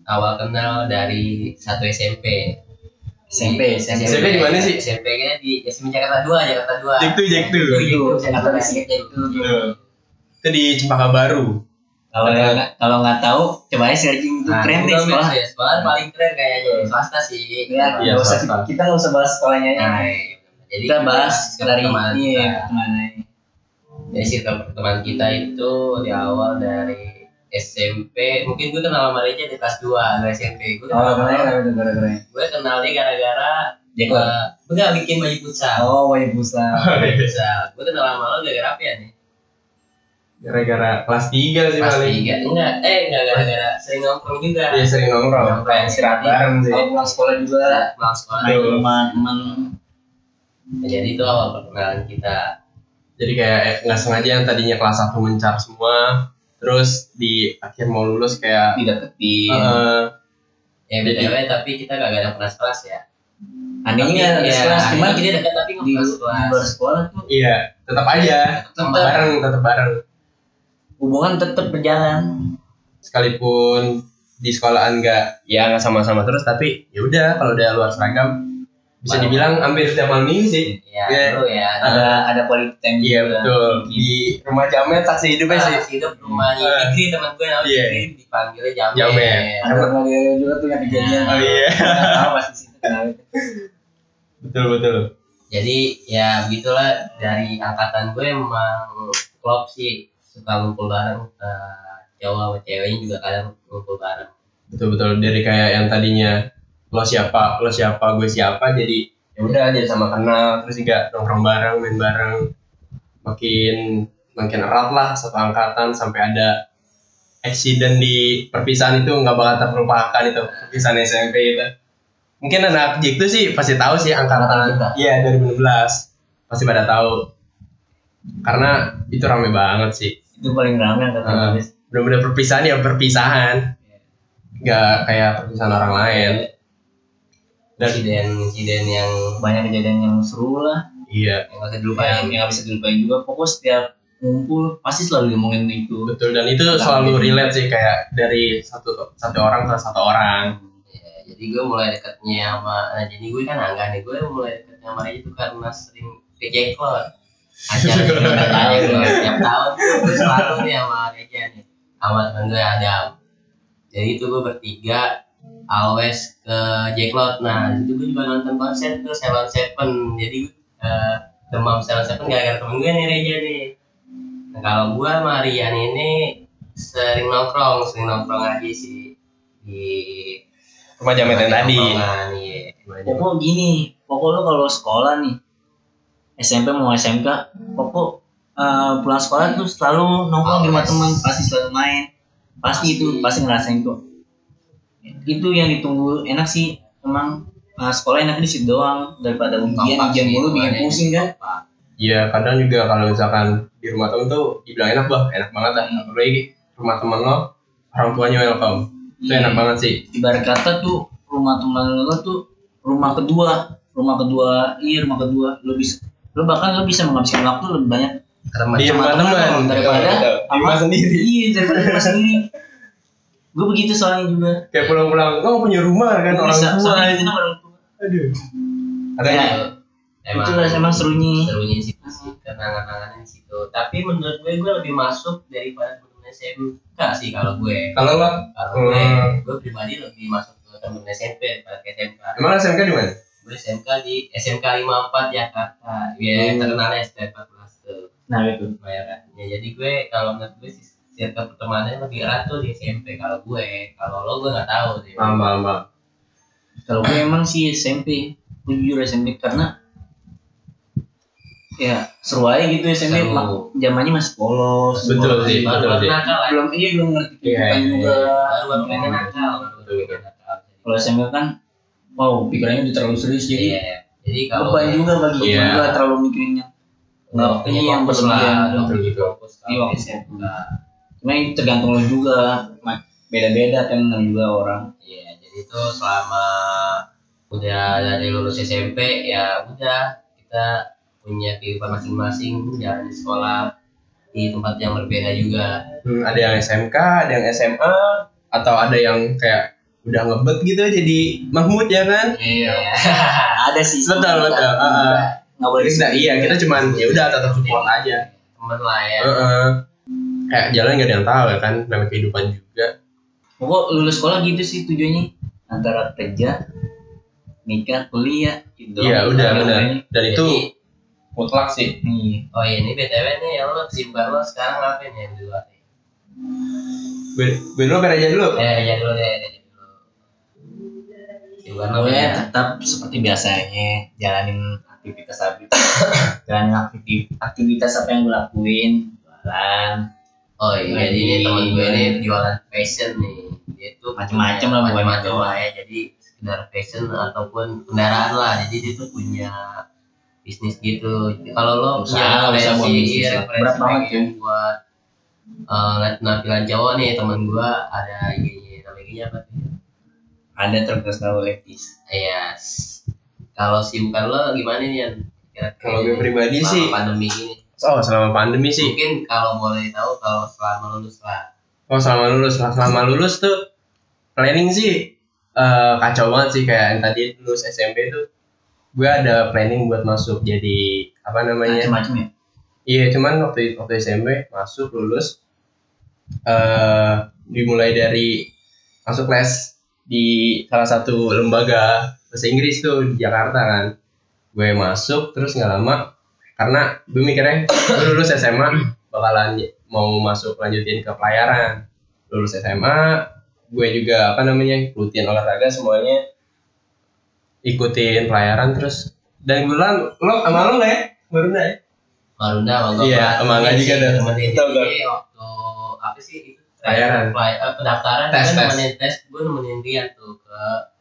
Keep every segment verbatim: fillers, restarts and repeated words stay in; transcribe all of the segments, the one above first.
awal kenal dari satu S M P. S M P, S M P di mana sih? S M P-nya di S M P Jakarta dua, Jakarta dua. Jektu, Jektu. Jektu, Jakarta Jektu. Itu di Cempaka Baru. Kalau nggak kalau nggak tahu, coba aja searching itu Nah, keren deh sekolah. Ya, sekolah paling keren kayaknya swasta sih. Ya, Iya, nggak usah swasta. kita nggak usah bahas sekolahnya ya. Nah, jadi Kita bahas dari pertemanan iya kita. pertemanan. Jadi circle pertemanan kita itu di awal dari S M P. Mungkin gue kenal sama Reja di kelas dua dari S M P. Gue Oh, kenal keren keren keren. gue kenal dia gara-gara Jackpot. uh, enggak bikin baju futsal. Oh, wajib pusat. Baju futsal. Gue kenal sama lo gara-gara apa ya nih? Gara-gara kelas tiga sih Kelas paling. tiga. Enggak, eh enggak gara-gara sering nongkrong juga. Iya sering nongkrong. Kayak istirahat bareng sih. Kalau pulang sekolah juga Pulang sekolah. main ke rumah teman. Nah, jadi itu awal perkenalan kita. Jadi kayak eh, nggak sengaja yang tadinya kelas satu mencar semua, terus di akhir mau lulus kayak Dideketin. eh, Ya B T W tapi kita gak ada pernah kelas ya. Anehnya Tapi, nggak ya, kelas cuma anehnya kita dekat tapi nggak di pernah di kelas. luar sekolah tuh iya tetap aja Tetap bareng tetap bareng hubungan tetap berjalan. sekalipun di sekolahan nggak ya nggak sama-sama terus tapi ya udah kalau udah luar seragam bisa Bareng. dibilang hampir setiap malam minggu sih. Ya, Iya. dulu ya. Ada ada quality time Iya juga. betul di rumah Jamet saksi hidupnya sih. Pas hidup rumahnya Ah. Fikri teman gue namanya Iya. Fikri dipanggilnya Jamet. Jamet. Ada keluarga juga tuh yang kejadian. Oh iya. Nggak tahu pasti situ kenal. betul betul. Jadi ya begitulah dari angkatan gue emang klop sih suka ngumpul bareng. Uh, cowok sama ceweknya juga kadang ngumpul bareng. betul betul dari kayak yang tadinya lo siapa lo siapa gue siapa jadi ya udah jadi sama kenal terus juga nongkrong bareng main bareng makin makin erat lah satu angkatan sampai ada accident di perpisahan itu nggak bakal terlupakan itu perpisahan S M P itu mungkin anak J itu sih pasti tahu sih angkatan Kita. iya dua ribu enam belas pasti pada tahu karena itu rame banget sih. Itu paling ramai angkatan Uh, uh, benar-benar perpisahan ya perpisahan nggak kayak perpisahan orang lain dan Insiden-insiden yang banyak kejadian yang seru lah. iya yang gak bisa Yang dilupain. yang nggak bisa dilupain juga. Pokoknya setiap ngumpul pasti selalu ngomongin itu. betul dan itu selalu relate sih kayak dari satu satu orang ke satu orang. Ya, jadi gue mulai dekatnya sama nah jadi gue kan Angga nih gue mulai dekatnya sama dia itu karena sering ke jackpot acara acara gue tiap tahun tuh gue selalu nih sama Reja nih sama temen gue Adam. Jadi itu gue bertiga always ke Jacklot. Nah itu gue juga nonton konser tuh Seven Seven. Jadi uh, demam Seven Seven gara-gara temen gue nih Reja nih. Nah kalau gue sama Rian ini sering nongkrong sering nongkrong aja sih di Rumah Jamet yang tadi. nongkrongan, iya. Pokok gini, pokok lo kalau sekolah nih S M P mau S M K, pokok uh, pulang sekolah tuh selalu nongkrong di rumah teman, pasti selalu main, pasti itu pasti ngerasain kok. Itu yang ditunggu enak sih, emang uh, sekolah enak di situ doang daripada ujian Kompak ujian sih, mulu bikin hitungannya. pusing kan. Kompak. Iya kadang juga kalau misalkan di rumah temen tuh dibilang enak bah enak banget lah apalagi rumah temen lo orang tuanya welcome itu Iya. enak banget sih. Ibarat kata tuh rumah teman lo tuh rumah kedua, rumah kedua, iya rumah kedua. Lo bisa, lo bahkan lo bisa menghabiskan waktu lebih banyak Karena Di rumah teman teman daripada di rumah sendiri iya daripada di rumah sendiri. Gue begitu soalnya juga. kayak pulang-pulang lo punya rumah kan orang Bisa, tua soalnya aja. itu kan orang tua. Aduh ada Ya, emang itulah emang serunya. serunya di situ sih kenangan-kenangan di situ. Tapi menurut gue gue lebih masuk daripada temen S M K sih kalau gue. kalau lo Kalau gue, Hmm. gue pribadi lebih masuk ke temen S M P daripada ke S M K. emang S M K di mana? Gue S M K di S M K lima puluh empat Jakarta. Ya Hmm. terkenalnya S T empat belas tuh. Nah itu. Bayarannya. Jadi gue kalau menurut gue sih circle pertemanannya lebih erat tuh di S M P kalau gue. Kalau lo gue nggak tahu sih. Mama mama Kalau gue emang sih S M P, gue jujur S M P karena ya seru aja gitu S M P. Seru. Ma- zamannya masih polos. Betul sih, Baru betul baru sih. nakal lah. Belum iya belum ngerti Iya, kehidupan iya, juga. Baru baru pengen nakal. Baru pengen nakal. Kalau S M P kan, wow pikirannya udah terlalu serius jadi Iya. Jadi kalau beban juga bagi gue Iya. juga terlalu mikirinnya. nggak Nggak punya iya yang fokus berlebihan. lah, nggak Betul punya gitu. fokus Iya, kalau waktu S M K. Cuma ini tergantung lo juga, Ma- beda-beda kan namanya juga orang. Iya, jadi itu selama udah dari lulus S M P ya udah kita punya kehidupan masing-masing, jalan di sekolah di tempat yang berbeda juga. Hmm, ada yang S M K ada yang S M A atau ada yang kayak udah ngebet gitu jadi Mahmud ya kan. Iya. Ada sih. Betul betul. Heeh. Nggak boleh Kita iya kita cuman ya udah tetap support aja. Temen lah ya. Heeh. Kayak jalan nggak ada yang tahu ya kan, namanya kehidupan juga. Pokok lulus sekolah gitu sih tujuannya, antara kerja, nikah, kuliah gitu. Iya udah benar. Dan Jadi, itu mutlak sih. Nih, oh iya ini B T W nih yang lo kesibukan lo sekarang ngapain ya di luar? Gue dulu aja dulu. Eh Reja dulu deh, Reja dulu. Kesibukan lo gue ya. tetap seperti biasanya jalanin aktivitas aktivitas, jalanin aktivitas, aktivitas apa yang gue lakuin, jualan, Oh iya, jadi ini teman gue ini jualan fashion nih. Dia tuh Macem-macem punya- lah, macem-macem bukan lah ya. Jadi sekedar fashion ataupun kendaraan lah. Jadi dia tuh punya bisnis gitu. Kalau lo Usaha, punya usaha buat referensi, bisnis iya, ya. referensi Berat banget, pengen buat eh, lihat penampilan cowok nih teman gue ada I G-nya, nama I G-nya apa sih? ada terus tahu Levis. Iya. Kalau sibukan lo gimana nih Yan? Kira-kira Kalau gue pribadi selama sih, pandemi ini. oh selama pandemi sih. Mungkin kalau boleh tahu kalau selama lulus lah. Oh selama lulus, selama lulus tuh planning sih eh, kacau banget sih, kayak yang tadi lulus S M P tuh gue ada planning buat masuk jadi apa namanya? Macem-macem ya. Iya, cuman waktu waktu S M P masuk lulus eh dimulai dari masuk les di salah satu lembaga bahasa Inggris tuh di Jakarta kan. Gue masuk terus nggak lama karena gue mikirnya gue lulus S M A bakalan mau masuk lanjutin ke pelayaran. Lulus S M A gue juga apa namanya ikutin olahraga semuanya, ikutin pelayaran terus, dan kebetulan lo sama lo nggak ya baru nggak ya? Marunda sama gue Iya, sama Angga juga ada. temenin Betul, jadi waktu apa sih itu Pelayaran. Pelay- eh, pendaftaran Tes, tes, tes. nemenin tes gue nemenin dia tuh ke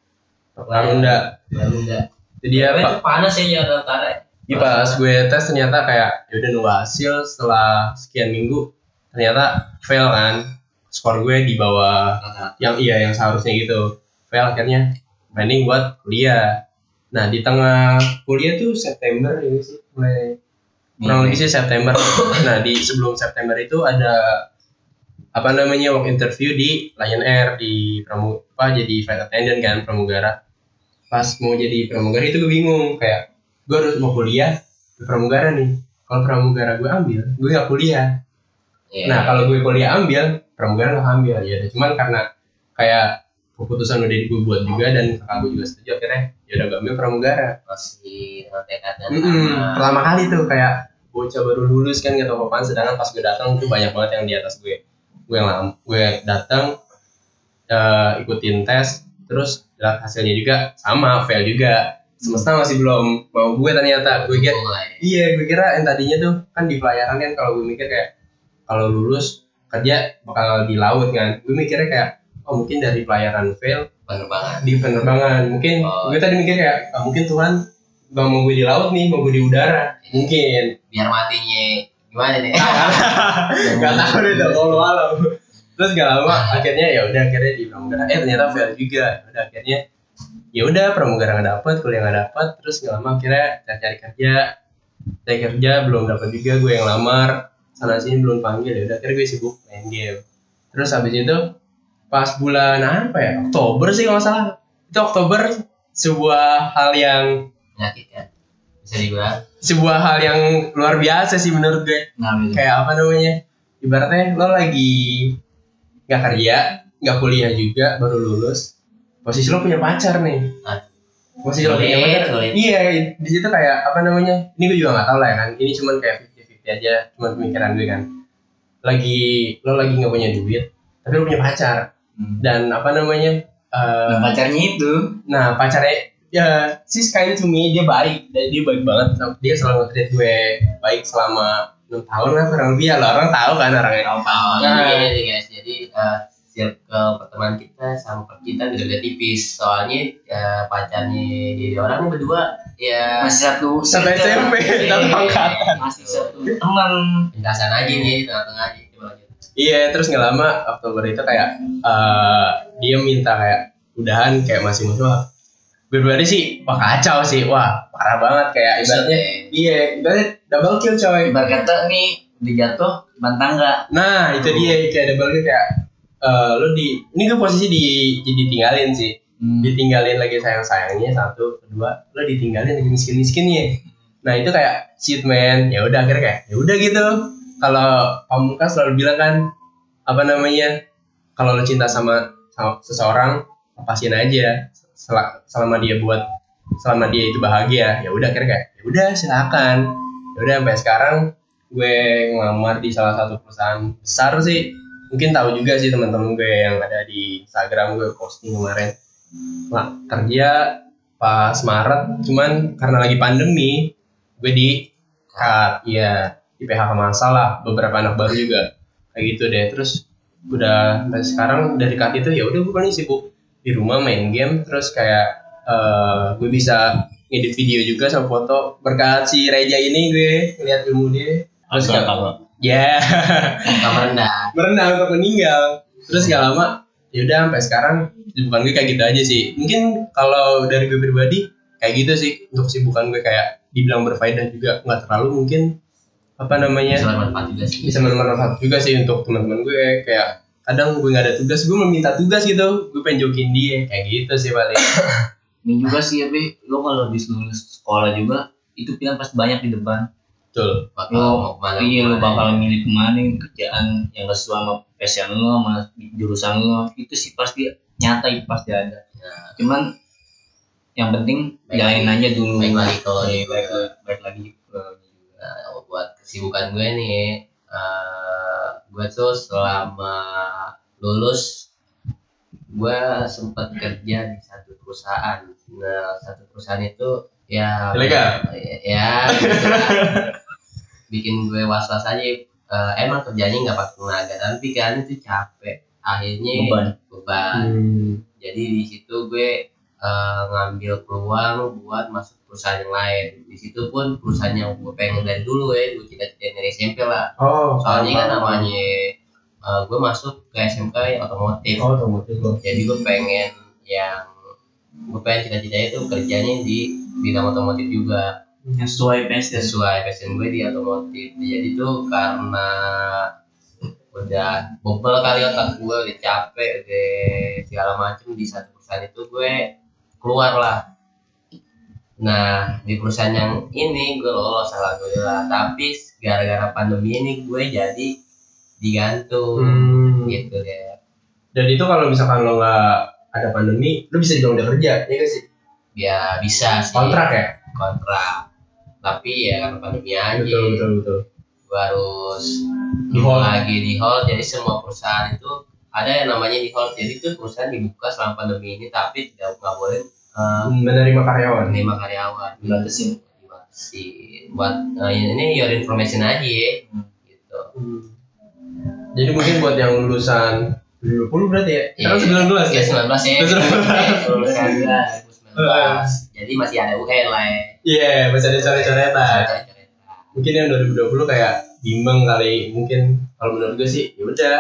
Marunda. Marunda Itu dia Tapi pak. itu panas ya ya daftarnya. Iya pas gue tes ternyata kayak ya udah nunggu hasil setelah sekian minggu ternyata fail kan, skor gue di bawah yang iya yang seharusnya gitu, fail akhirnya planning buat kuliah. Nah di tengah kuliah tuh September ini sih mulai kurang lebih sih September. Nah di sebelum September itu ada apa namanya work interview di Lion Air di Pramu apa jadi flight attendant kan pramugara. Pas mau jadi pramugara itu gue bingung kayak gue harus mau kuliah di pramugara nih. Kalau pramugara gue ambil, gue gak kuliah. Iya. Nah kalau gue kuliah ambil, pramugara gak ambil ya. Cuman karena kayak keputusan udah gue buat juga dan kakak gue juga setuju akhirnya ya udah gue ambil pramugara. masih dengan tekad dan Mm-mm. sama. Pertama kali tuh kayak bocah baru lulus kan gak tau apaan, sedangkan pas gue datang tuh banyak banget yang di atas gue. Gue yang lam, gue datang uh, ikutin tes, terus lihat hasilnya juga sama fail juga. Semesta masih belum mau gue ternyata. Gue kira Mulai. iya, gue kira yang tadinya tuh kan di pelayaran kan kalau gue mikir kayak kalau lulus kerja bakal di laut kan. Gue mikirnya kayak oh mungkin dari pelayaran fail Penerbangan. di penerbangan. Mungkin Oh. gue tadi mikir kayak ah, mungkin Tuhan gak mau gue di laut nih, mau gue di udara. Mungkin. Biar matinya gimana nih? Gak tahu deh tuh kalau alam. Terus gak lama akhirnya ya udah akhirnya di pramugara eh ternyata fail juga. Udah akhirnya ya udah pramugara nggak dapet, kuliah nggak dapet, terus nggak lama akhirnya cari-cari kerja, cari kerja belum dapat juga, gue yang lamar sana sini belum panggil, ya udah akhirnya gue sibuk main game. Terus habis itu pas bulan apa ya Oktober sih kalau nggak salah, itu Oktober sebuah hal yang Menyakitkan. Bisa dibilang. sebuah hal yang luar biasa sih menurut gue. Nah, gitu. Kayak apa namanya, ibaratnya lo lagi nggak kerja, nggak kuliah juga, baru lulus, posisi lo punya pacar nih. Ah. Posisi lo punya Sulit, pacar. sulit. Iya, di situ kayak apa namanya? Ini gue juga nggak tahu lah ya kan. Ini cuman kayak fifty fifty aja, cuman pemikiran gue kan. Lagi lo lagi nggak punya duit, tapi lo punya pacar. Hmm. Dan apa namanya? eh, Dan pacarnya itu Nah pacarnya ya she's kind to me, dia baik, dan dia baik banget. Dia selalu nge-treat gue baik selama enam tahun lah kurang lebih ya. Lah orang tahu kan orangnya. Oh, Nah. jadi gini nih guys, jadi uh, circle pertemanan kita sama percintaan beda-beda tipis. Soalnya uh, pacarnya jadi orang berdua ya masih satu Satu S M P, satu angkatan. masih satu teman. penjelasan aja nih tengah-tengah aja. Coba lanjut. Iya, terus nggak lama Oktober itu kayak eh, dia minta kayak udahan, kayak masih musuh. Berbeda sih, wah kacau sih, wah parah banget kayak ibaratnya. Iya, ibaratnya double kill coy. Ibarat kata nih udah jatuh ban tangga. Nah itu dia kayak double kill kayak eh, lo di ini gue posisi di jadi tinggalin sih. Hmm. Ditinggalin lagi sayang-sayangnya satu, kedua lo ditinggalin lagi miskin-miskinnya. Nah itu kayak shit man, ya udah akhirnya kayak ya udah gitu. Kalau Pamungkas selalu bilang kan apa namanya, kalau lo cinta sama, sama seseorang lepasin aja sel- selama dia buat selama dia itu bahagia, ya udah akhirnya kayak ya udah silakan. Ya udah sampai sekarang gue ngelamar di salah satu perusahaan besar sih. Mungkin tahu juga sih teman-teman gue yang ada di Instagram gue posting kemarin. Nah, kerja pas Maret, cuman karena lagi pandemi gue di cut, ya di P H K massal lah, beberapa anak baru juga kayak gitu deh. Terus udah sampai sekarang dari cut itu ya udah gue paling sibuk di rumah main game, terus kayak uh, gue bisa ngedit video juga sama foto berkat si Reja ini. Gue ngeliat ilmu dia terus gak apa ya merendah merendah untuk meninggal. Terus gak lama ya udah sampai sekarang kesibukan gue kayak gitu aja sih. Mungkin kalau dari gue pribadi kayak gitu sih untuk kesibukan gue, kayak dibilang berfaedah juga nggak terlalu, mungkin apa namanya bisa bermanfaat juga sih, bisa bermanfaat juga sih untuk teman-teman gue. Kayak kadang gue nggak ada tugas, gue meminta tugas gitu, gue pengen jokin dia kayak gitu sih paling. Ini juga sih, tapi lo kalau habis lulus sekolah juga itu pilihan pasti banyak di depan. Betul. Lo iya lo bakal milih kemana kerjaan yang sesuai sama passion lo, sama jurusan lo, itu sih pasti nyata, itu pasti ada. Ya. Cuman yang penting jalanin aja dulu. Baik lagi kalau ya, baik, baik lagi ke nah, buat kesibukan gue nih, uh, gue tuh selama lulus gue sempat kerja di satu perusahaan. Nah, satu perusahaan itu ya ilegal. Ya, ya gitu lah. Bikin gue was-was aja. Uh, emang kerjanya nggak pakai tenaga, tapi kan itu capek. Akhirnya beban. beban. Hmm. Jadi di situ gue uh, ngambil peluang buat masuk perusahaan yang lain. Di situ pun perusahaan yang gue pengen dari dulu ya, gue cita-cita dari S M P lah. Oh, soalnya kan namanya uh, gue masuk ke S M K otomotif. Oh, otomotif. Jadi gue pengen yang gue pengen cita-citanya itu kerjanya di bidang otomotif juga. Yang sesuai passion. Sesuai passion gue di otomotif. Jadi tuh karena udah bobel kali otak gue, udah capek, udah segala macem di satu perusahaan itu, gue keluar lah. Nah di perusahaan yang ini gue lolos alhamdulillah, tapi gara-gara pandemi ini gue jadi digantung. hmm. Gitu deh. Dan itu kalau misalkan lo nggak ada pandemi, lo bisa juga udah kerja, ya gak sih? Ya bisa sih. Kontrak ya? Kontrak. Tapi ya karena pandemi aja. Betul betul betul. Gue harus di hold lagi di hold. Jadi semua perusahaan itu ada yang namanya di hold. Jadi itu perusahaan dibuka selama pandemi ini, tapi tidak nggak boleh uh, menerima karyawan. Menerima karyawan. Dibatasin. Dibatasin. Buat uh, ini your information aja ya. Hmm. Gitu. Hmm. Jadi mungkin buat yang lulusan dua puluh berarti ya? Sekarang sembilan belas ya? sembilan belas ya. Lulusan dua ribu sembilan belas. Jadi masih ada U K L lah ya. Iya, yeah, masih ada coret-coretan. Mungkin yang dua ribu dua puluh kayak bimbang kali. Mungkin kalau menurut gue sih ya udah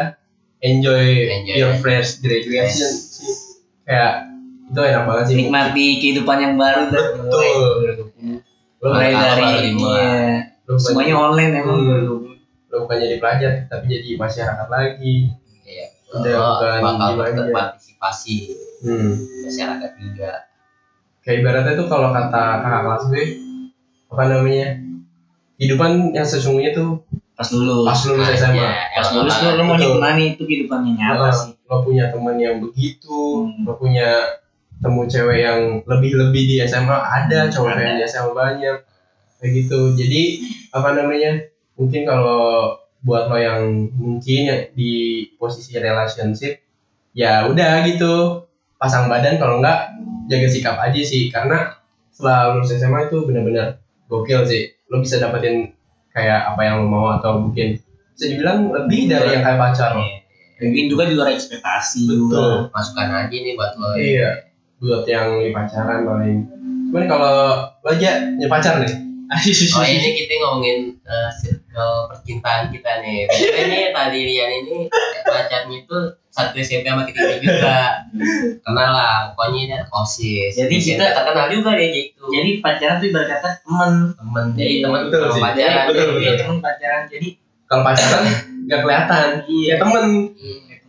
enjoy, enjoy your fresh graduation sih. Kayak itu enak banget sih. Nikmati kehidupan yang baru. Betul. Mulai dari iya. Semuanya online emang. Hmm. Lo bukan jadi pelajar, tapi jadi masyarakat lagi. Iya. Udah oh, bukan bakal berpartisipasi hmm. masyarakat juga. Kayak ibaratnya tuh kalau kata kakak kelas gue, apa namanya, kehidupan yang sesungguhnya tuh pas lulus, pas lulus S M A. Ya, pas lulus tuh lo mau nikmati itu kehidupannya nyata sih. Lo punya teman yang begitu, hmm. lo punya temu cewek yang lebih-lebih di S M A ada, cowok yang di S M A banyak, kayak gitu. Jadi apa namanya, mungkin kalau buat lo yang mungkin ya di posisi relationship, ya udah gitu, pasang badan, kalau enggak jaga sikap aja sih, karena setelah lulus S M A itu benar-benar gokil sih. Lo bisa dapetin kayak apa yang lo mau, atau mungkin bisa dibilang lebih dari yang kayak pacar lo. Mungkin juga di luar ekspektasi. Betul. Masukan aja nih buat lo. Iya. Buat yang di pacaran paling. Cuman kalau lo aja punya pacar nih. Oh ini kita ngomongin uh, circle percintaan kita nih. Biasanya nih tadi Rian ini pacarnya itu satu S M P sama kita juga. Kenal lah, pokoknya ini ada kosis. Jadi kita, kita kenal juga deh gitu. Jadi pacaran tuh ibarat kata teman. Teman. Jadi teman betul sih. Pacaran. Betul, betul. Teman pacaran. Jadi kalau pacaran nggak kelihatan. Iya. Kayak teman. Iya.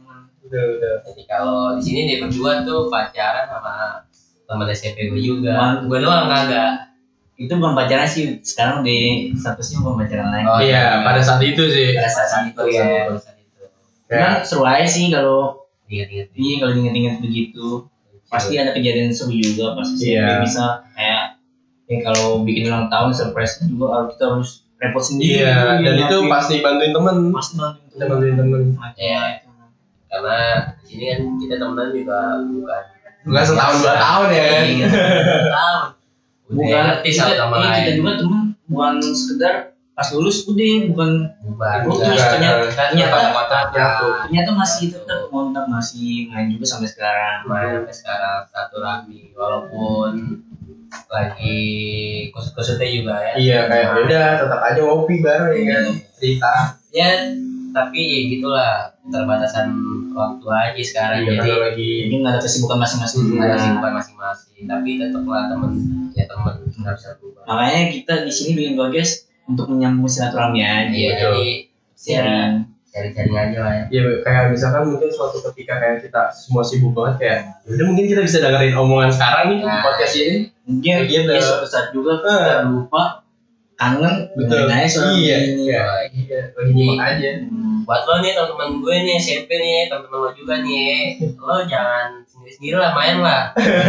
Betul, betul. Jadi kalau di sini dia berdua tuh pacaran sama teman S M P gue juga. Gue doang kagak. Itu bukan pacaran sih, sekarang di statusnya bukan pacaran lagi. Oh iya, pada saat itu sih. Pada saat itu ya. Pada saat itu. Cuman seru aja sih kalau Ingat-ingat. iya kalau inget-inget begitu. Pasti ada kejadian seru juga pasti. Iya. Bisa kayak ya kalau bikin ulang tahun surprise juga harus kita harus repot sendiri. Iya, gitu, dan itu nyiapin. pasti bantuin temen. pasti bantuin Kita bantuin temen. Iya. Karena di sini kan kita temenan juga bukan Bukan setahun dua tahun ya kan. Iya, setahun tahun. Udah bukan ngerti sama kita, sama iya, kita lain. juga temen bukan sekedar pas lulus udah bukan Bukan. Putus, Bukan. ternyata- Kan ternyata- kotak-kotak nyatu. ternyata masih tetap kontak masih main juga sampai sekarang. main sampai sekarang satu rami walaupun lagi kusut-kusutnya juga ya. Iya, kayak ya udah tetap aja ngopi bareng ya kan. Cerita. Ya tapi ya gitulah keterbatasan waktu aja sekarang Iya, jadi karena lagi Jadi nggak ada kesibukan masing-masing. Hmm, ada Nah, kesibukan masing-masing tapi tetaplah temen ya temen nggak bisa berubah. makanya kita di sini bikin podcast untuk menyambung silaturahmi aja. Iya betul. jadi ya Sharing. cari-cari aja lah ya. ya kayak misalkan mungkin suatu ketika kayak kita semua sibuk banget kayak ya udah mungkin kita bisa dengerin omongan sekarang nih di Nah. podcast ini. Mungkin Gitu. ya suatu saat juga kita lupa kangen Betul. dengerin aja soal Iya, ini. iya, iya, lagi nyimak aja. Hmm. Buat lo nih teman-teman gue nih S M P nih teman-teman lo juga nih lo jangan sendiri-sendiri lah main lah.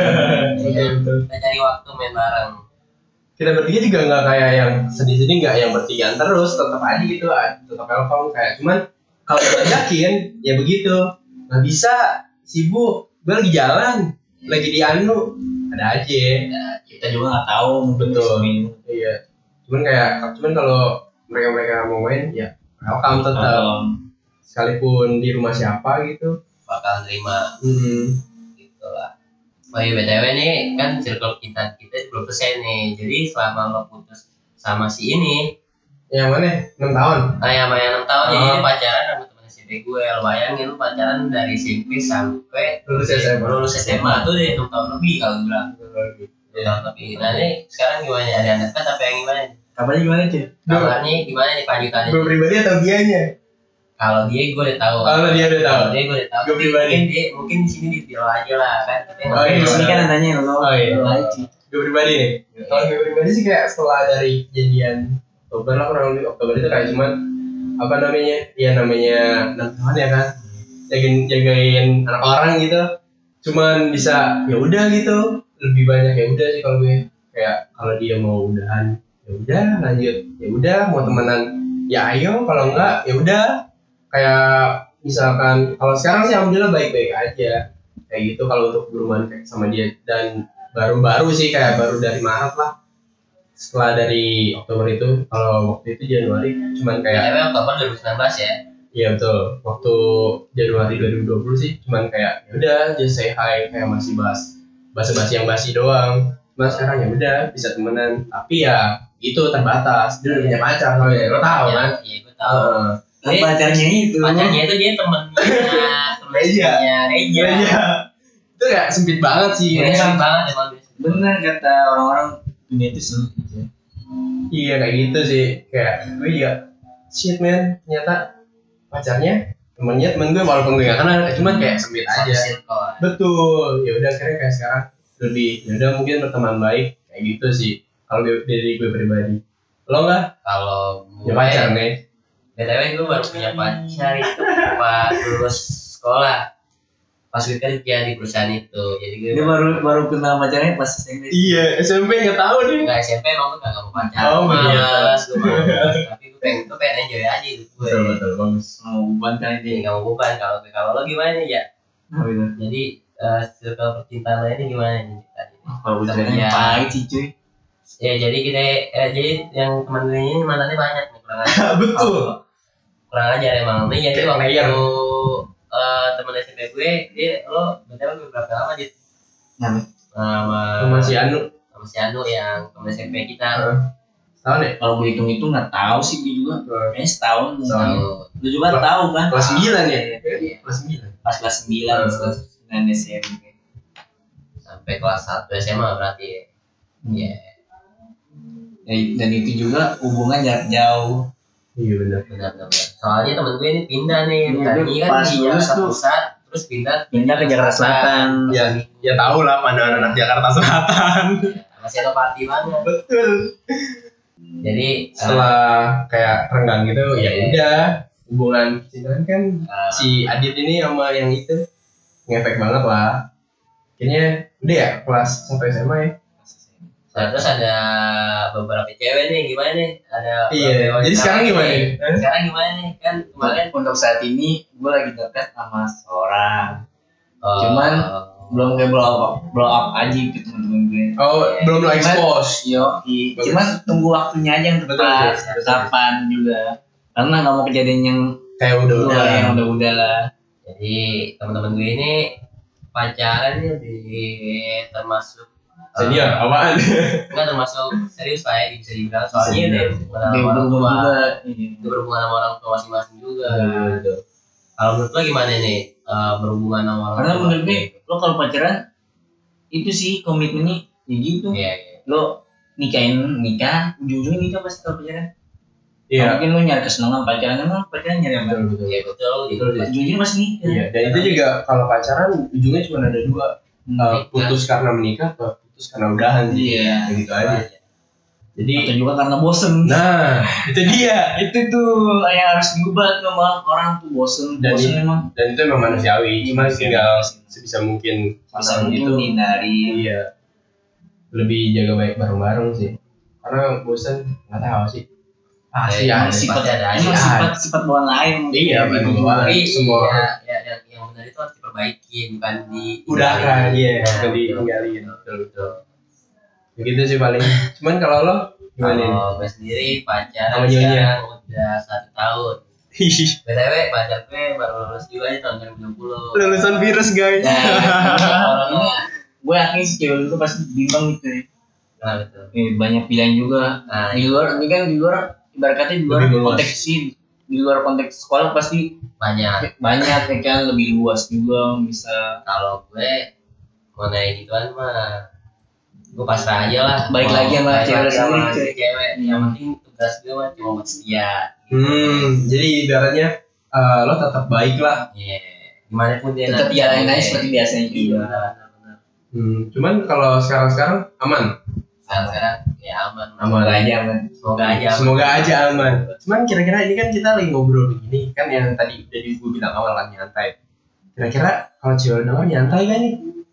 Iya. Betul, betul. Kita cari waktu main bareng. Kita bertiga juga nggak kayak yang sedih-sedih, nggak yang bertigaan terus, tetap aja gitu, tetap welcome kayak cuman kalau kita yakin ya begitu, nggak bisa sibuk, gue lagi jalan, lagi di anu, ada aja. Ya, kita juga nggak tahu mungkin Betul. seminggu. Iya, cuman kayak cuman kalau mereka-mereka mau main ya welcome tetap, Um, sekalipun di rumah siapa gitu. Bakal terima Hmm. gitu lah. Oh iya B T W nih kan circle kita kita belum selesai nih. Jadi selama lo putus sama si ini, Yang mana? enam tahun. nah yang main enam tahun jadi Oh. dia pacaran sama temen S M P gue. Lo bayangin lu pacaran dari S M P sampai Lulus S M A. lulus S M A tuh deh enam tahun lebih kalau gue bilang. enam tahun lebih. Nah ini sekarang gimana? Ada yang dekat apa yang gimana? kabarnya gimana cuy? Kabarnya gimana nih lanjutannya? Gue pribadi atau dianya? Kalau dia gue udah tahu. Kalau dia udah tahu. Kalau dia gue udah tahu. Gue Tapi pribadi. Mungkin dia mungkin di sini di video aja lah kan. Kita Oh, nggak iya. Di tahu. sini kan nanya lo. Oh, iya. lo aja, cuy. Gue pribadi nih. Kalau gue pribadi sih kayak setelah dari kejadian Oktober lah, kurang lebih Oktober itu kayak cuman apa namanya? Ya namanya enam tahun ya kan. Jagain jagain anak orang gitu. Cuman bisa ya udah gitu. Lebih banyak ya udah sih kalau gue. Kayak kalau dia mau udahan ya udah lanjut. Ya udah mau temenan ya ayo, kalau enggak ya udah. Kayak misalkan kalau sekarang sih alhamdulillah baik-baik aja. Kayak gitu kalau untuk berhubungan kayak sama dia, dan baru-baru sih kayak baru dari Maret lah. Setelah dari Oktober itu, kalau waktu itu Januari cuman kayak B T W Oktober dua ribu sembilan belas ya. iya betul, waktu Januari dua ribu dua puluh sih cuman kayak ya udah just say hi, kayak masih bahas basa-basi yang basi doang. Cuma sekarang ya udah bisa temenan, tapi ya itu terbatas. Dia udah punya pacar, kalau ya lo tahu kan. Iya gue tahu. Heeh. Kan pacarnya itu. Pacarnya itu dia temennya Reja. temennya Reja. Iya. Itu kayak sempit banget sih. Ini sering banget emang dia. Bener kata orang-orang dunia itu sempit. Ya. Iya kayak gitu sih, kayak gue juga shit man, ternyata pacarnya temennya temen gue, walaupun gue gak kenal, cuman kayak sempit Satu aja. circle. Betul, ya udah akhirnya kayak sekarang lebih ya udah mungkin berteman baik kayak gitu sih kalau gue- dari gue pribadi. Lo nggak Kalau punya gue pacar nih? B T W gue baru punya pacar itu pas lulus sekolah. Pas gue kerja di perusahaan itu. Jadi gue Dia baru baru kenal pacarnya pas S M P. Iya, S M P nggak tahu nih. Enggak S M P emang gue kagak mau pacaran. Oh, begitu. Males, gue males. Tapi gue pengen, gue pengen enjoy aja hidup gue. Betul betul bagus. Mau beban kali Jadi dia. nggak mau beban. Kalau kalau lo gimana nih ya? Nah, gitu. Jadi eh, circle percintaan lo ini gimana nih tadi? Kalau ujiannya Iya. pahit sih cuy. Ya jadi kita eh, jadi yang teman gue ini mantannya banyak nih kurang aja. Betul. Kurang aja emang. Nih jadi Kayak waktu player. eh teman S M P gue dia lo betul beberapa lama dit Nah, sama Sama si Anu. sama si Anu yang teman S M P kita. Tahu deh. kalau gue hitung itu nggak tahu sih gue juga. Kayaknya setahun. Setahun. Tahu. Lu juga tahu kan? Kelas sembilan ya? Iya. Kelas sembilan. Pas kelas sembilan, Hmm. kelas sembilan S M P. Sampai kelas satu S M A berarti ya. Iya. Ya, dan itu juga hubungan jarak jauh. Iya benar. Benar benar. Soalnya temen gue ini pindah nih Iya, tadi dia kan pas di lulus Jakarta tuh. Pusat terus terus pindah pindah ke Jakarta Selatan. Ya, ya tahu lah pandangan anak Jakarta Selatan. Masih ada party banget. Betul. Jadi Setelah kayak renggang gitu, ya udah hubungan percintaan kan uh, si Adit ini sama yang itu ngefek banget lah. Kayaknya udah ya kelas sampai S M A ya. nah, terus ada beberapa cewek nih, gimana nih? Ada Iya. beberapa Jadi wanita sekarang nih. gimana nih? Sekarang gimana nih? Kan kemarin Untuk saat ini gue lagi deket sama seorang. oh, Cuman belum kayak blow up, blow up aja ke temen-temen gue. Oh, Iya. belum lo Cuman- expose. Yo, cuman tunggu waktunya aja yang Betul, tepat, betul, betul. kapan juga. Karena nggak mau kejadian yang Kayak udah dua udah. yang udah-udah lah. jadi teman-teman gue ini pacaran nih di termasuk Senior, apaan? enggak termasuk serius lah ya bisa dibilang soalnya Senior. dia berhubungan Dia sama orang berhubung tua juga. dia berhubungan sama orang tua masing-masing juga Iya. kalau menurut lo gimana nih eh, berhubungan sama orang Karena tua menurut gue, lo kalau pacaran itu sih komitmennya ya gitu. iya iya Lo nikahin nikah, ujung-ujungnya nikah pasti kalau pacaran. Iya. Mungkin lo nyari kesenangan pacaran, emang pacaran nyari apa? Betul, betul. iya betul gitu Betul, sih. Ujung-ujungnya pasti nikah. Iya, dan itu juga kalau pacaran ujungnya cuma ada dua, Hmm. Eh, putus karena menikah atau putus karena udahan sih. Iya. Kayak gitu aja. Jadi, Atau juga karena bosen. nah itu dia. Itu tuh yang harus diubah tuh sama orang tuh bosen, Dan bosen i- memang. Dan itu memang manusiawi. Cuma Manusiawi. tinggal sebisa mungkin Bisa pasangan mungkin itu. dihindari. Iya. Lebih jaga baik bareng-bareng sih. Karena bosan nggak tahu sih. Pasti Ya, ada. sifat pasti ada aja. emang Ada. sifat sifat bawaan lain. Iya, Kayak gitu betul. juga. tapi semua ya, orang. ya, yang, yang benar itu harus diperbaiki bukan di Udah kan, iya. Nah, Bukan ditinggalin. Betul betul. Begitu sih paling. Cuman kalau lo gimana nih? kalau gue sendiri pacaran Sama nyonya. sekarang udah satu tahun B T W pacar gue baru lulus juga nih tahun dua ribu dua puluh Lulusan virus guys. Nah, orang ini gue yakin si cewek itu pasti bimbang gitu ya. nah betul Eh, banyak pilihan juga. nah Di luar, ini kan di luar ibarat kata di luar Lebih luas. konteks sih, di luar konteks sekolah pasti banyak banyak ya kan, lebih luas juga bisa. kalau gue mengenai gituan mah gue pasrah aja lah Baik Mau- lagi sama baik cewek lagi sama sendiri, si cewek yang penting tugas gue mah cuma buat setia Hmm, jadi ibaratnya eh, lo tetap baik lah. iya gimana pun dia Tetap nanti jalanin aja cewek. seperti biasanya iya juga. benar-benar Hmm, cuman kalau sekarang-sekarang aman. sekarang sekarang ya aman Aman Semoga aja kan. semoga aja aman. Semoga aja aman. Cuman kira-kira ini kan kita lagi ngobrol begini kan yang tadi udah di gue bilang awal kan nyantai. Kira-kira kalau cewek denger nyantai gak nih?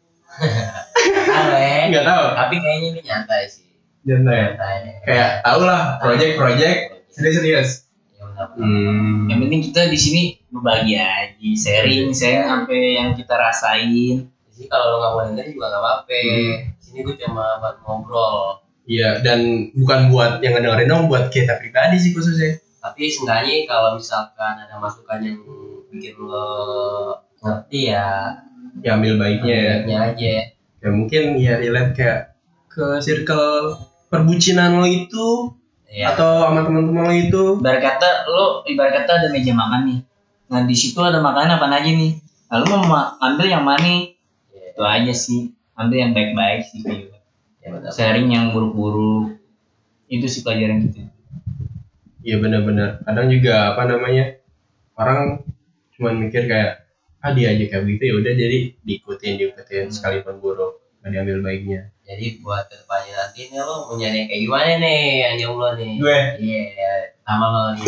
Tahu ya Nggak tahu. tapi kayaknya ini nyantai sih Nyantai. nyantai Kayak tau lah project-project serius-serius. ya benar Hmm. Yang penting kita di sini berbagi aja, sharing, sharing apa yang kita rasain. jadi kalau lo nggak mau dengerin juga nggak apa-apa Hmm. sini gue cuma buat ngobrol Iya, dan bukan buat yang ngedengerin dong, buat kita pribadi sih khususnya. tapi seenggaknya kalau misalkan ada masukan yang bikin lo ngerti ya Ya ambil baiknya ya. baiknya aja Ya mungkin ya relate kayak ke circle perbucinan lo itu ya atau sama teman-teman lo itu. Ibarat kata lo, ibarat kata ada meja makan nih. Nah di situ ada makanan apa aja nih. Lalu mau ma- ambil yang mana? ya, Itu aja sih. Ambil yang baik-baik sih. Gitu. ya benar Sharing yang buruk-buruk. Itu sih pelajaran kita. Iya benar-benar. Kadang juga apa namanya orang cuma mikir kayak ah dia aja kayak gitu ya udah jadi diikutin diikutin Hmm. sekalipun buruk nggak diambil baiknya. jadi buat kedepannya nanti nih lo mau nyari yang kayak gimana nih yang jomblo nih Gue iya sama lo nih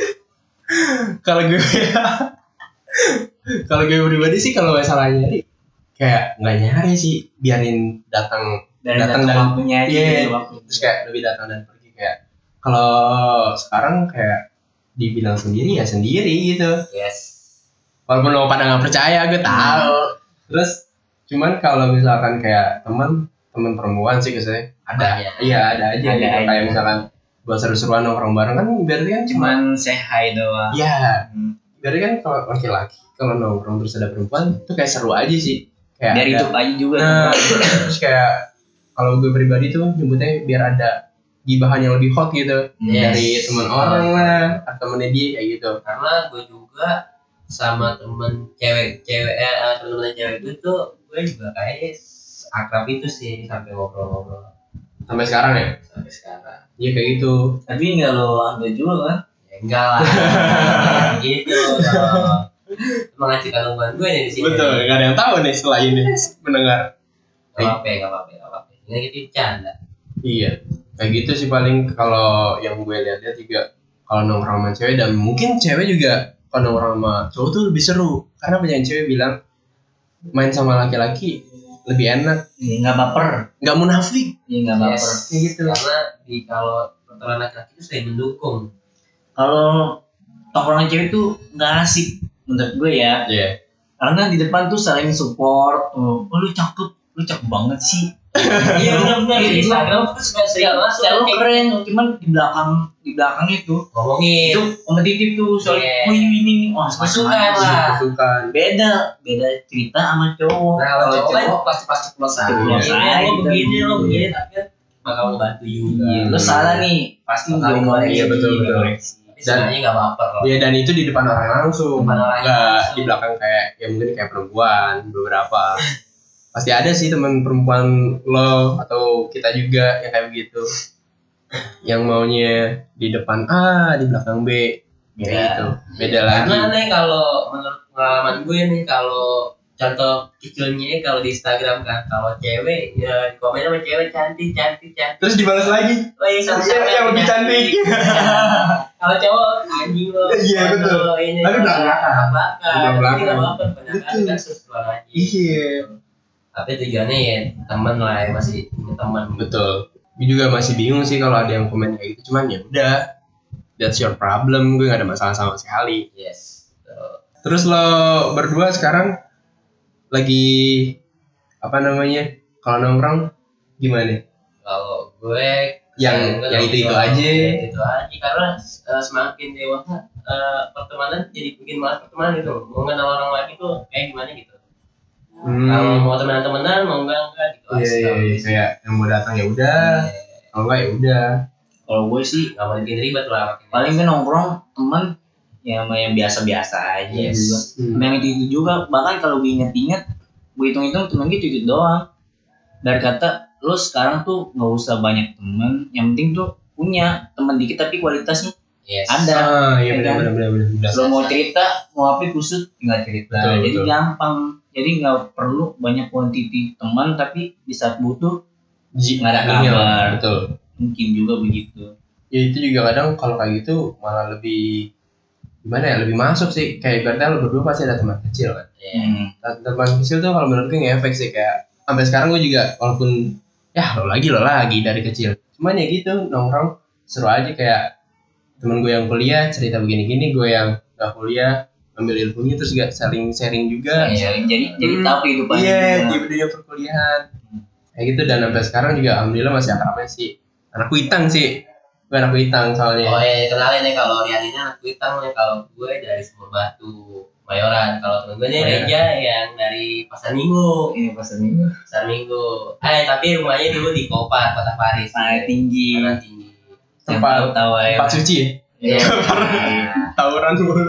kalau gue kalau gue pribadi sih kalau masalah nyari kayak nggak nyari sih biarin datang Dari Datang datang dan- waktunya aja. Iya. dari waktu. terus kayak lebih datang dan pergi kayak kalau sekarang kayak dibilang sendiri ya sendiri gitu yes walaupun lo pada nggak percaya gue tahu terus cuman kalau misalkan kayak teman teman perempuan sih biasanya ada Banyak. iya ada aja Ada gitu aja. kayak misalkan buat seru-seruan nongkrong bareng kan berarti kan cuma Cuman say hi doang. iya Hmm. berarti kan kalau laki-laki kalau nongkrong terus ada perempuan itu kayak seru aja sih kayak Biar ada- hidup aja juga. nah terus kayak kalau gue pribadi tuh nyebutnya biar ada gibahan yang lebih hot gitu Yes. dari teman orang lah atau temennya dia kayak gitu karena gue juga sama temen cewek-cewek eh, temen-temen cewek gue tuh gue juga kayak akrab itu sih sampai ngobrol-ngobrol sampai sekarang ya sampai sekarang iya kayak gitu Tapi nggak lo ambil juga kan? ya enggak lah gitu dong menghasilkan hubungan gue nih di sini. Betul, nggak ada yang tahu nih setelah ini mendengar. Gak apa-apa, gak apa-apa, gak apa-apa. Ini kita bercanda. Iya, kayak gitu sih paling kalau yang gue lihat-lihat juga kalau nongkrong sama cewek, dan mungkin cewek juga kalau nongkrong sama cowok tuh lebih seru karena banyak cewek bilang main sama laki-laki lebih enak, Iya, nggak baper. nggak munafik, Iya, nggak baper. Yes. kayak gitu. Karena di kalau pertemanan laki-laki itu saya mendukung. Kalau tongkrongan cewek tuh nggak asik menurut gue ya. Iya. Karena di depan tuh saling support. Oh, lu cakep, lu cakep banget sih. Iya benar-benar di Instagram tuh suka sering banget Selalu keren, cuman di belakang di belakang itu ngomongin. itu kompetitif tuh soalnya. Iya. Wih ini nih, wah Kesukaan macam-macam. lah. Kesukaan. Beda, beda cerita sama cowok. Nah kalau cowok kan pasti pasti plus aja. Plus Ini aja, lo gitu. begini lo begini tapi kan bakal ngebantu juga. Iya, lu salah nih, pasti Bakal gue dikoreksi. Iya, betul, betul. dikoreksi. Tapi sebenarnya nggak baper loh. Iya, dan itu di depan orang langsung, Depan orang nggak langsung. di belakang kayak ya mungkin kayak perempuan beberapa. Pasti ada sih teman perempuan lo atau kita juga yang kayak begitu, yang maunya di depan A di belakang B kayak Beda. gitu, beda lagi. Karena nih kalau menurut pengalaman gue nih kalau contoh kecilnya kalau di Instagram kan kalau cewek ya komen sama cewek cantik cantik cantik. Terus dibalas lagi, Oh iya sama Iya, yang lebih cantik. Kalau cowok anjing lo. Iya, betul. Lo ini. Tapi belak-belakan. Belak-belakan. Belak-belakan. Tapi nggak apa-apa. Kebanyakan Betul. kan sesuatu aja. iya, Tapi tujuannya ya temen lah ya masih punya teman. betul. Gue juga masih bingung sih kalau ada yang komen kayak gitu, cuman ya udah, that's your problem, gue gak ada masalah sama sekali. Yes. So, Terus lo berdua sekarang lagi apa namanya, kalau nongkrong gimana? kalau gue Yang- saya yang nggak itu-itu nongkrong, aja. ya itu aja karena eh, semakin dewasa eh, pertemanan jadi bikin malas pertemanan gitu. Mau kenal orang lagi tuh kayak gimana gitu. Kalau mau temenan-temenan mau enggak enggak gitu. Hmm. Iya, iya, iya, kayak yang mau datang ya udah, kalau enggak ya udah. Kalau gue sih Nggak mau bikin ribet lah. paling gue nongkrong temen ya sama yang biasa-biasa aja Yes. juga. Hmm. Sama yang itu itu juga, bahkan kalau gue inget-inget, gue hitung-hitung temen gue itu doang. Dari kata lo sekarang tuh nggak usah banyak temen, yang penting tuh punya temen dikit tapi kualitasnya Yes. ada. Ah, iya Ya benar kan? benar benar benar. benar. Lo mau cerita, mau apa kusut tinggal cerita. Betul, Jadi betul. gampang. Jadi nggak perlu banyak quantity teman, tapi di saat butuh Ji- nggak ada iya, kabar. betul. Mungkin juga begitu. Ya itu juga kadang kalau kayak gitu malah lebih gimana ya, lebih masuk sih. Kayak ibaratnya lo berdua pasti ada teman kecil kan. Iya. Hmm. Te- teman kecil tuh kalau menurut gue ngefek sih, kayak sampai sekarang gue juga walaupun ya lo lagi lo lagi dari kecil, cuman ya gitu nongkrong seru aja. Kayak temen gue yang kuliah cerita begini-gini, gue yang gak kuliah ambil ilmunya, terus juga saling sharing juga. Iya, jadi jadi Hmm. tahu kehidupan. Iya, juga. di dunia perkuliahan kayak gitu. Dan sampai sekarang juga alhamdulillah masih akrabnya sih anak Kuitang sih. Gue anak Kuitang soalnya. Oh ya kenalin nih kalau Rian ini anak Kuitang nih, kalau gue dari Sumur Batu Mayoran. Kalau temen gue nih Mayoran. Reja yang dari Pasar Minggu. Ini pasal minggu. Pasar Minggu. Eh tapi rumahnya dulu di Kopar, Kota Paris. Sangat tinggi. Tanah tinggi. Yang Tempat- tahu tahu ya. Tempat suci ya? Iya. Tawuran mulu.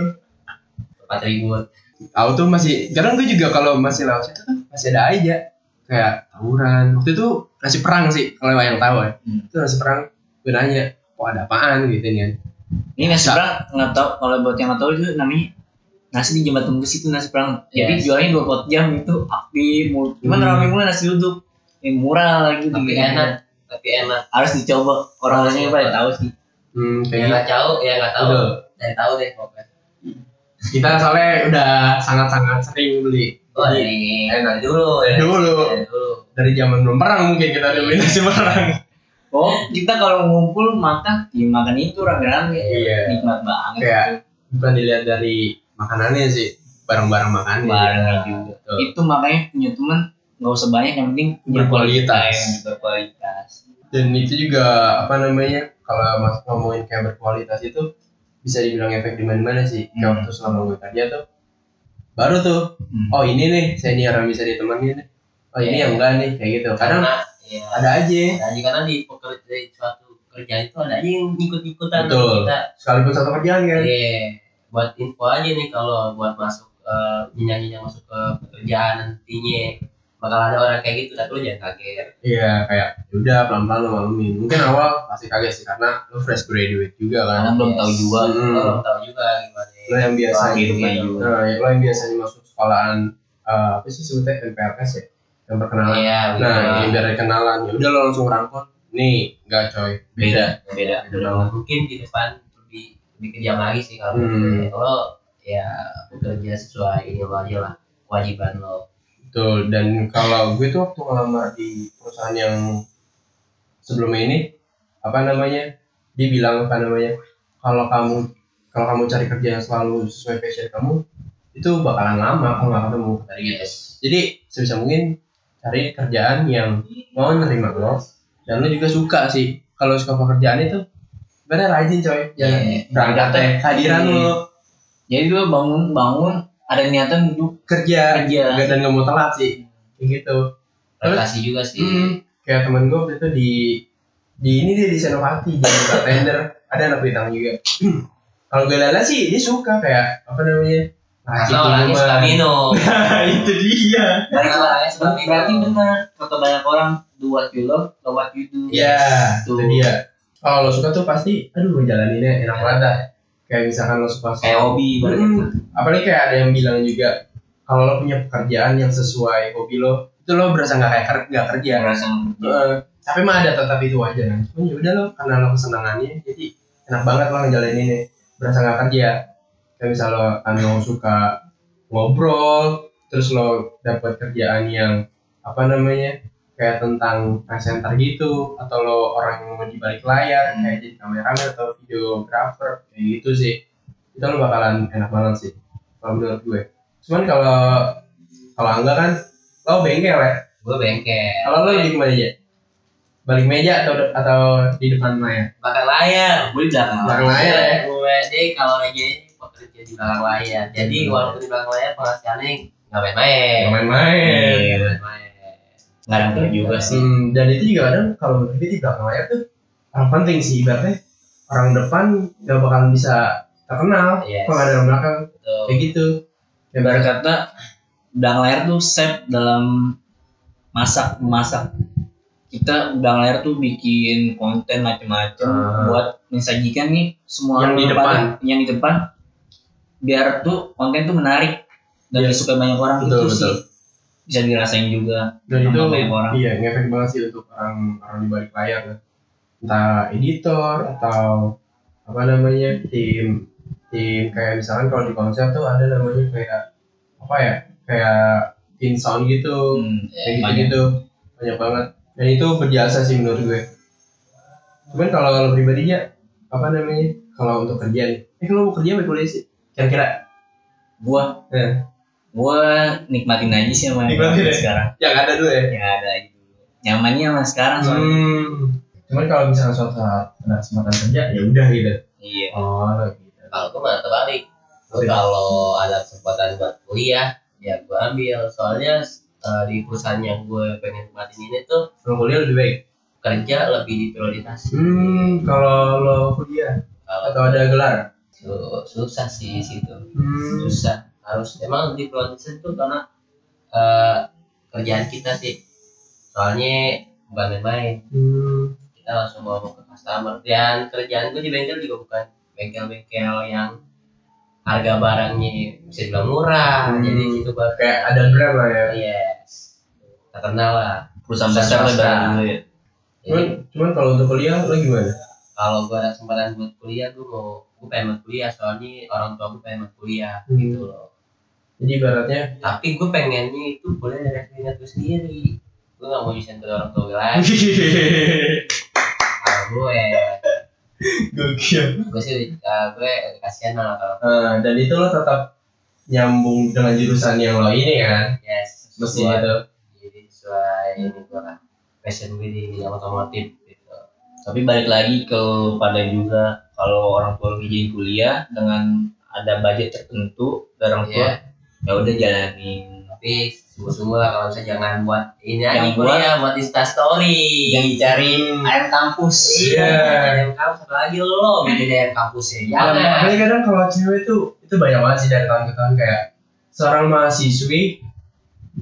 Tempat ribut. Tahu tuh masih, kadang gue juga kalau masih lewat situ tuh masih ada aja kayak tawuran. Waktu itu nasi perang sih kalau yang tahu ya. Hmm. Itu nasi perang, gue nanya, "Wah, ada apaan?" gitu kan. Ini nasi perang nggak tahu, kalau buat yang nggak tahu itu namanya nasi di jembatan besi itu nasi perang. Jadi Yes. jualnya dua puluh jam itu aktif. mulu. Cuman Hmm. ramai mulu nasi uduk. Yang murah lagi Tapi bikinnya. enak. Tapi enak. Harus dicoba. Orang-orangnya pada tahu sih. Hmm, kayak Yang gitu. nggak tahu, ya nggak tahu. Betul. Dari tahu deh pokoknya. Kita soalnya udah sangat-sangat sering beli. Oh dari Enak. dari dulu. Dari ya. dulu. Dari dulu. Dari zaman belum perang mungkin kita udah beli nasi perang. Oh, kita kalau ngumpul makan, ya makan itu rame-rame. Iya. Nikmat banget. Kayak tuh. bukan dilihat dari makanannya sih, barang-barang makannya. Barang juga. Betul. Itu makanya punya teman nggak usah banyak, yang penting Berkualitas. yang berkualitas. Dan itu juga apa namanya, kalau mas ngomongin kayak berkualitas itu bisa dibilang efek di mana-mana sih. Kayak Hmm. waktu selama gue kerja tuh baru tuh, Hmm. oh ini nih senior yang bisa ditemenin nih, oh ini Iya. yang enggak nih, kayak gitu. Kadang Karena ya, ada aja, ada aja karena di pekerja di suatu kerjaan itu ada aja yang ikut-ikutan sama Betul. kita. sekalipun satu kerjaan kan. Iya. Buat info aja nih kalau buat masuk eh, jenjang-jenjang masuk ke pekerjaan nantinya bakal ada orang kayak gitu, tapi lu jangan kaget. Iya, kayak udah pelan-pelan lo malumin. Mungkin awal pasti kaget sih karena lo fresh graduate juga kan. Karena belum tahu juga. Lo Hmm. belum tahu juga gimana. Lo yang biasanya hidupnya juga. Nah, lo yang biasanya masuk sekolahan eh, apa sih sebutnya N P R S ya? Yang perkenalan. Iya, Nah, betul. ini biar ada kenalan. Ya udah lo langsung rangkul. Nih, enggak coy. Beda, beda. Beda banget. Mungkin di depan lebih lebih kejam lagi sih kalau Hmm. lo ya bekerja sesuai ini lo aja lah, kewajiban lo. Betul, dan kalau gue tuh waktu ngelamar di perusahaan yang sebelumnya ini apa namanya, dia bilang apa namanya, kalau kamu kalau kamu cari kerja yang selalu sesuai passion kamu itu bakalan lama kalau nggak ketemu dari gitu. Jadi sebisa mungkin cari kerjaan yang mau nerima lo dan lo juga suka sih. Kalau suka pekerjaan itu bener rajin coy, jangan Iya. berangkat teh kehadiran lo Jadi lu bangun bangun ada niatan untuk kerja, Kerja. Nggak- dan nggak mau telat sih kayak gitu. Prestasi juga sih. Hmm, kayak temen gue waktu itu di di ini dia di Senopati jadi bartender, ada anak bintang juga. Kalau gue lala sih dia suka kayak apa namanya, racik Karena orangnya suka minuman. minum. Nah, itu dia. Karena orangnya suka minum. berarti benar kata banyak orang do what you love, love what you do. Ya, Tuh. itu dia. Kalau lo suka tuh pasti, aduh ngejalaninnya enak banget dah. Kayak misalkan lo suka Kayak hobi berarti. Hmm, apalagi kayak ada yang bilang juga kalau lo punya pekerjaan yang sesuai hobi lo, itu lo berasa nggak kayak ker- nggak kerja. Merasa Eh, tapi mah ada tetap itu aja kan. Cuman ya udah lo karena lo kesenangannya, jadi enak banget lo ngejalaninnya, berasa nggak kerja. Kayak misal lo kan lo suka ngobrol, terus lo dapat kerjaan yang apa namanya kayak tentang presenter gitu, atau lo orang yang mau di balik layar kayak jadi kameramen atau videographer kayak gitu sih, itu lo bakalan enak banget sih kalau menurut gue. Cuman kalau kalau enggak kan lo bengkel ya. Gue bengkel. Kalau lo lagi kemana aja? Balik meja atau atau di depan layar? Belakang layar. gue di belakang. Belakang layar ya. Gue deh kalau lagi bekerja di belakang layar. Jadi Hmm. walaupun di belakang layar penghasilannya nggak main-main. Nggak main-main. Nggak main-main. Nggak ada juga sih. Hmm, dan itu juga kadang kalau bekerja di belakang layar tuh orang penting sih, ibaratnya orang depan gak bakalan bisa terkenal Yes. kalau ada orang belakang Betul. kayak gitu. Ya, Ibarat kata belakang layar tuh safe dalam masak memasak. Kita belakang layar tuh bikin konten macam-macam Ah. buat mensajikan nih semua Yang di orang depan. pada- yang di depan biar tuh konten tuh menarik dan Iya. disukai banyak orang. Betul, Itu betul. sih bisa dirasain juga Dan itu sama banyak orang. iya ngefek banget sih untuk orang orang di balik layar, entah editor atau apa namanya tim tim kayak misalkan kalau di konser tuh ada namanya kayak apa ya, kayak tim sound gitu, Hmm, kayak gitu banyak. gitu banyak banget, dan itu berjasa sih menurut gue. Cuman kalau lo pribadinya apa namanya, kalau untuk kerja nih, eh kalau mau kerja apa kuliah sih kira-kira? Gua Eh, gua nikmatin aja sih sama yang Nikmatin ada ya? sekarang. yang ada dulu ya. Yang ada itu. Nyamannya sama sekarang soalnya. Hmm. Cuman kalau misalkan suatu saat ada kesempatan kerja ya udah gitu. Iya. Oh gitu. Kalau gue malah terbalik. Gue Oke. kalau ada kesempatan buat kuliah, ya gue ambil. Soalnya eh, di perusahaan yang gue pengen tempatin ini tuh Kalau kuliah lebih baik. kerja lebih diprioritas. Hmm, kalau lo kuliah Kalau atau ada gelar? su- susah sih di situ. Hmm. Susah. Harus emang diprioritas itu karena eh, kerjaan kita sih. Soalnya bukan main-main. Hmm. Kita langsung bawa ke customer. Dan kerjaan gue di bengkel juga bukan bengkel-bengkel yang harga barangnya bisa dibilang murah. Hmm. Jadi situ bakal Kayak ada brand lah ya. yes, terkenal lah. Perusahaan Perusahaan besar lah swasta. berarti dulu ya. Cuman, Jadi cuman kalau untuk kuliah lo gimana? kalau gue ada kesempatan buat kuliah, gue mau gue pengen buat kuliah soalnya orang tua gue pengen buat kuliah Hmm. gitu loh. Jadi ibaratnya Tapi gue pengennya itu kuliah dari keringat gue sendiri. Gue gak mau nyusahin ke orang tua gue lagi. Kalau gue, gokil. gue sih uh, gue kasihan lah kalau Uh, dan itu lo tetap nyambung dengan jurusan yang lo ini kan? yes. Mestinya sesuai- tuh. Jadi sesuai ini gue lah. Passion gue di otomotif gitu. Tapi balik lagi ke pada juga kalau orang tua ngizinin kuliah dengan ada budget tertentu dari orang tua, Iya. ya udah jalanin. Tapi sungguh-sungguh lah kalau misalnya jangan buat ini aja Jangan kuliah buat Insta story. Yang dicari ayam kampus. Iya, Iya. ayam kampus apalagi lo bikin ayam kampusnya. Dan Jangan. apalagi kadang kalau cewek tuh itu banyak banget sih dari tahun ke tahun, kayak seorang mahasiswi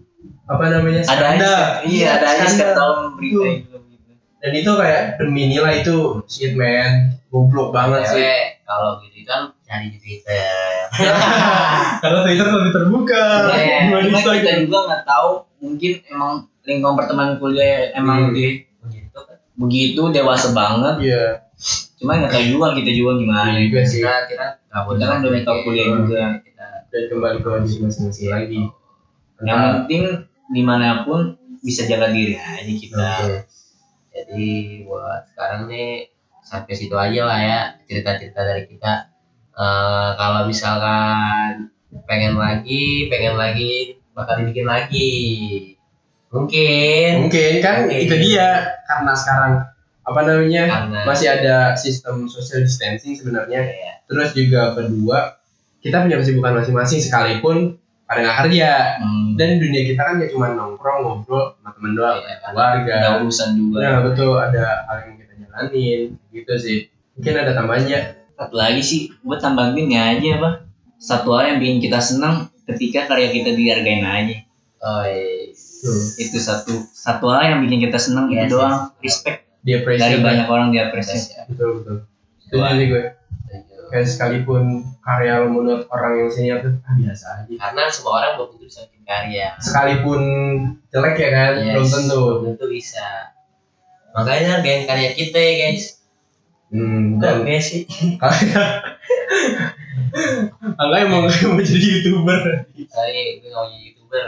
apa namanya Ada aja, skandal. iya ada aja setiap skandal. tahun berita Tuh. itu. Gitu. Dan itu kayak demi nilai itu shit man, goblok banget sih. Cewek kalau gitu kan cari di Twitter. Karena Twitter lebih terbuka. Iya, Dibanding cuma kita Instagram. juga nggak tahu, mungkin emang lingkungan pertemanan kuliah emang Hmm. di Begitu kan. begitu dewasa banget. Iya. Cuma nggak tahu juga kita juga gimana. Iya juga sih. Kita kita nggak boleh. Kita kan belum tahu kuliah juga. Kita Dan kembali ke kondisi masing-masing lagi. Yang penting dimanapun bisa jaga diri aja kita. Oke. Jadi buat sekarang nih sampai situ aja lah ya cerita-cerita dari kita. Eh, kalau misalkan pengen lagi, pengen lagi, bakal dibikin lagi. Mungkin. Mungkin kan Mungkin. itu dia karena sekarang apa namanya Karena masih ada sistem social distancing sebenarnya. ya, Terus juga kedua kita punya kesibukan masing-masing sekalipun pada nggak kerja. Hmm. Dan dunia kita kan gak cuma nongkrong ngobrol sama temen doang, Iya, keluarga. Ada urusan juga. Nah betul ada hal yang kita jalanin gitu sih. Mungkin ada tambahannya. Satu lagi sih, buat tambahin aja apa? Satu hal yang bikin kita senang ketika karya kita dihargain aja. oh yes. Tuh. Itu satu satu hal yang bikin kita senang Yes, itu doang. yes. Respect Dia dari appreciate banyak orang dia apresiasi. betul betul. Setuju sih gue. Kayak sekalipun karya lo menurut orang yang senior tuh ah, biasa aja. Karena semua orang belum tentu bisa bikin karya. Sekalipun jelek ya kan, Yes, belum tentu. belum tentu bisa. Makanya hargain karya kita ya guys. Hmm, Bukan dan gue sih. Angga emang gak mau jadi youtuber. Sorry, gue gak mau jadi youtuber.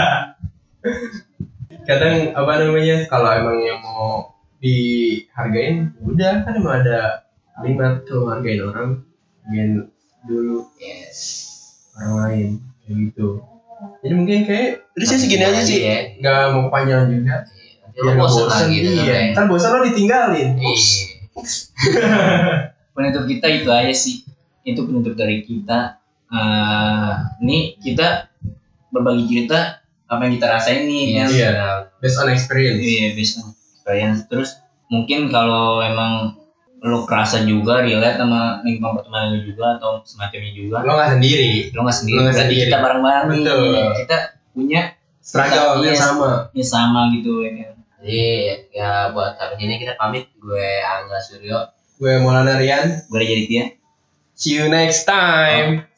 Kadang apa namanya kalau emang yang mau dihargain, udah kan emang ada kalimat tuh hargain orang, hargain dulu Yes. orang lain kayak gitu. Jadi mungkin kayak udah sih segini aja sih, Ya. nggak mau kepanjangan juga. Nanti lo bosan lagi iya. dengerin. Ntar bosan lo ditinggalin. Iya. Penutup kita itu aja sih. Itu penutup dari kita. Eh, ini kita berbagi cerita apa yang kita rasain nih. Iya. yang- Iya. Based on experience. Iya, bisa experience. Terus mungkin kalau emang lo kerasa juga relate sama lingkungan pertemanan lo juga atau semacamnya juga, Lo nggak sendiri. lo nggak sendiri. Lo nggak Berarti sendiri. kita bareng-bareng nih. Betul. Kita punya Struggle yang Iya. sama. ya sama gitu ya kan. Jadi ya buat sampai sini kita pamit. Gue Angga Suryo. Gue Maulana Rian. Gue jadi dia. See you next time.